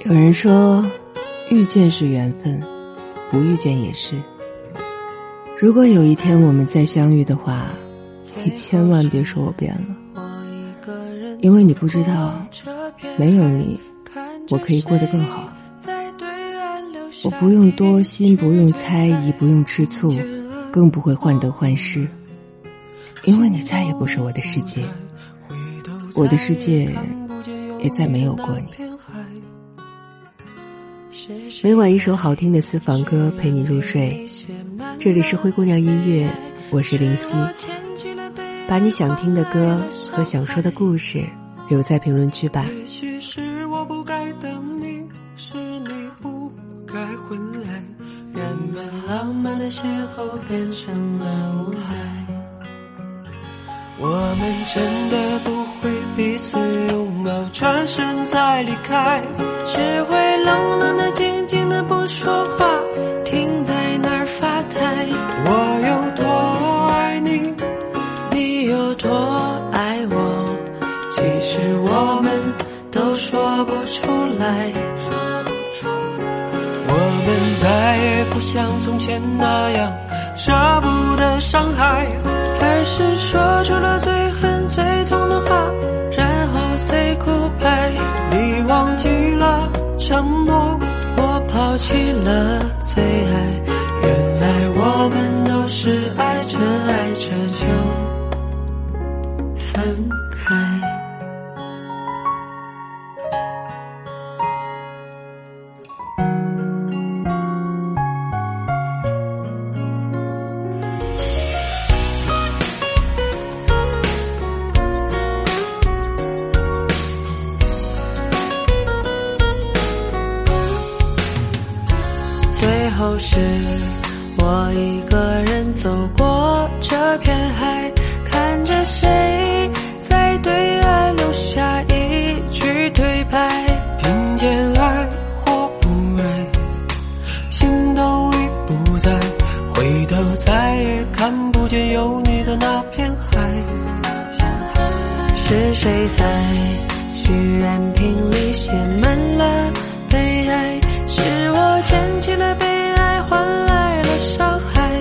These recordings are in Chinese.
有人说，遇见是缘分，不遇见也是。如果有一天我们再相遇的话，你千万别说我变了，因为你不知道，没有你，我可以过得更好。我不用多心，不用猜疑，不用吃醋，更不会患得患失，因为你再也不是我的世界，我的世界也再没有过你。每晚一首好听的私房歌陪你入睡，这里是灰姑娘音乐，我是林夕。把你想听的歌和想说的故事留在评论区吧。 也许是我不该等你，是你不该回来，原本浪漫的邂逅变成了无奈。我们真的不会彼此拥抱，转身再离开， 只会冷冷的静静的不说话，停在那儿发呆。 我有多爱你， 你有多爱我，其实我们都说不出来。 我们再也不像从前那样舍不得伤害， 而是说出了最恨最痛的话，然后 say goodbye。 你忘记了承诺， 我抛弃了最爱，原来我们都是爱着爱着就分开。最后是我一个人走过这片海，看着谁在对岸留下一句对白， 听见爱或不爱，心都已不在，回头再也看不见有你的那片海。 是谁在许愿瓶里写满了悲哀，是我捡起了悲哀换来了伤害。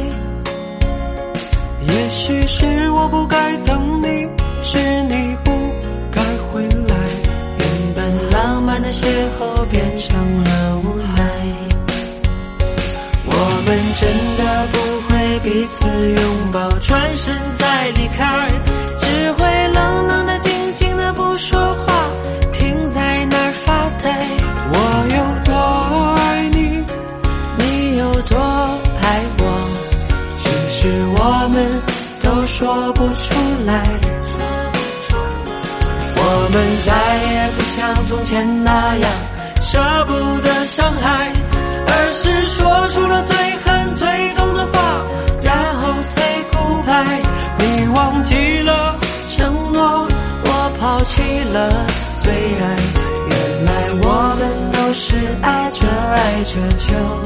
也许是我不该等你，是你不该回来， 原本浪漫的邂逅变成了无奈。我们真的不会彼此拥抱，转身再离开，只会冷冷的静静的不说话，停在那儿发呆。 我有多爱你， 你有多爱我，其实我们都说不出来。我们再也不像从前那样舍不得伤害，而是说出了最恨最痛的话，然后 say goodbye。 你忘记了承诺，我抛弃了最爱，原来我们都是爱着爱着就